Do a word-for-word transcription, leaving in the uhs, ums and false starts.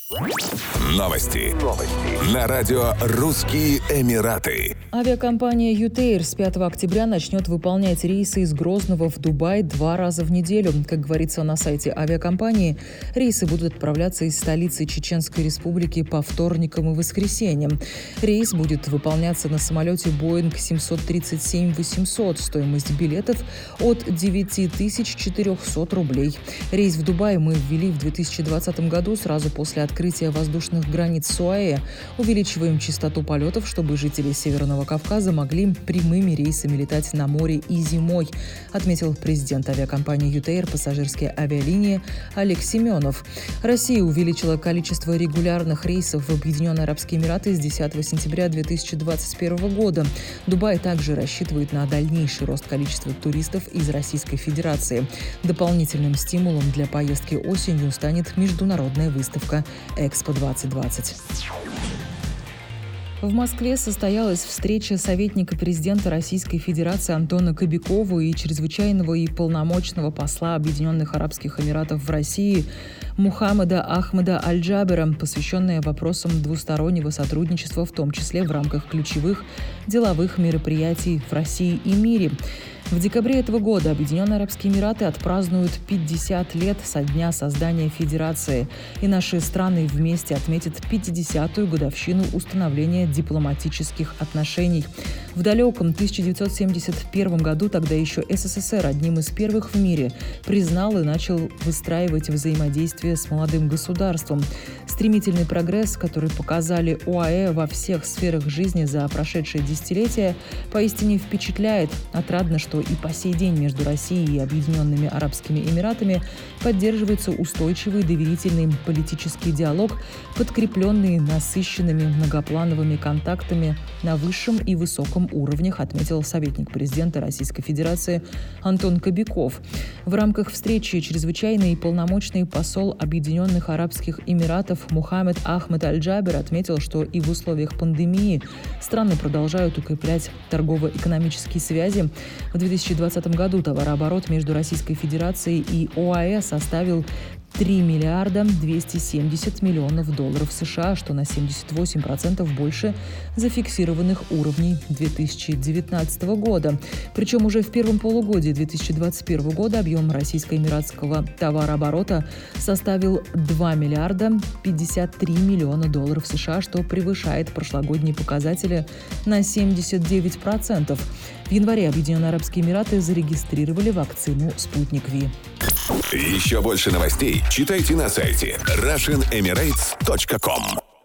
Новости. Новости. На радио «Русские Эмираты». Авиакомпания «Ютейр» с пятого октября начнет выполнять рейсы из Грозного в Дубай два раза в неделю. Как говорится на сайте авиакомпании, рейсы будут отправляться из столицы Чеченской Республики по вторникам и воскресеньям. Рейс будет выполняться на самолете Боинг семьсот тридцать семь восемьсот. Стоимость билетов от девять тысяч четыреста рублей. Рейс в Дубай мы ввели в две тысячи двадцатом году, сразу после открытия воздушных границ с ОАЭ. Увеличиваем частоту полетов, чтобы жители Северного Кавказа могли прямыми рейсами летать на море и зимой, отметил президент авиакомпании «Ютейр» пассажирские авиалинии Олег Семенов. Россия увеличила количество регулярных рейсов в Объединенные Арабские Эмираты с десятого сентября две тысячи двадцать первого года. Дубай также рассчитывает на дальнейший рост количества туристов из Российской Федерации. Дополнительным стимулом для поездки осенью станет международная выставка «Экспо двадцать двадцать». В Москве состоялась встреча советника президента Российской Федерации Антона Кобякова и чрезвычайного и полномочного посла Объединенных Арабских Эмиратов в России Мухаммеда Ахмеда Аль-Джабера, посвященная вопросам двустороннего сотрудничества, в том числе в рамках ключевых деловых мероприятий в России и мире. В декабре этого года Объединенные Арабские Эмираты отпразднуют пятьдесят лет со дня создания Федерации, и наши страны вместе отметят пятидесятую годовщину установления дипломатических отношений. В далеком тысяча девятьсот семьдесят первом году тогда еще СССР одним из первых в мире признал и начал выстраивать взаимодействие с молодым государством. Стремительный прогресс, который показали ОАЭ во всех сферах жизни за прошедшие десятилетия, поистине впечатляет. Отрадно, что и по сей день между Россией и Объединенными Арабскими Эмиратами поддерживается устойчивый доверительный политический диалог, подкрепленный насыщенными многоплановыми контактами на высшем и высоком уровнях, отметил советник президента Российской Федерации Антон Кобяков. В рамках встречи чрезвычайный и полномочный посол Объединенных Арабских Эмиратов Мухаммед Ахмед Аль-Джабер отметил, что и в условиях пандемии страны продолжают укреплять торгово-экономические связи. В две тысячи двадцатом году товарооборот между Российской Федерацией и ОАЭ составил три миллиарда двести семьдесят миллионов долларов США, что на семьдесят восемь процентов больше зафиксированных уровней две тысячи девятнадцатого года. Причем уже в первом полугодии две тысячи двадцать первого года объем российско-эмиратского товарооборота составил два миллиарда пятьдесят три миллиона долларов США, что превышает прошлогодние показатели на семьдесят девять процентов. В январе Объединенные Арабские Эмираты зарегистрировали вакцину «Спутник Ви». Еще больше новостей читайте на сайте Russian Emirates точка ком.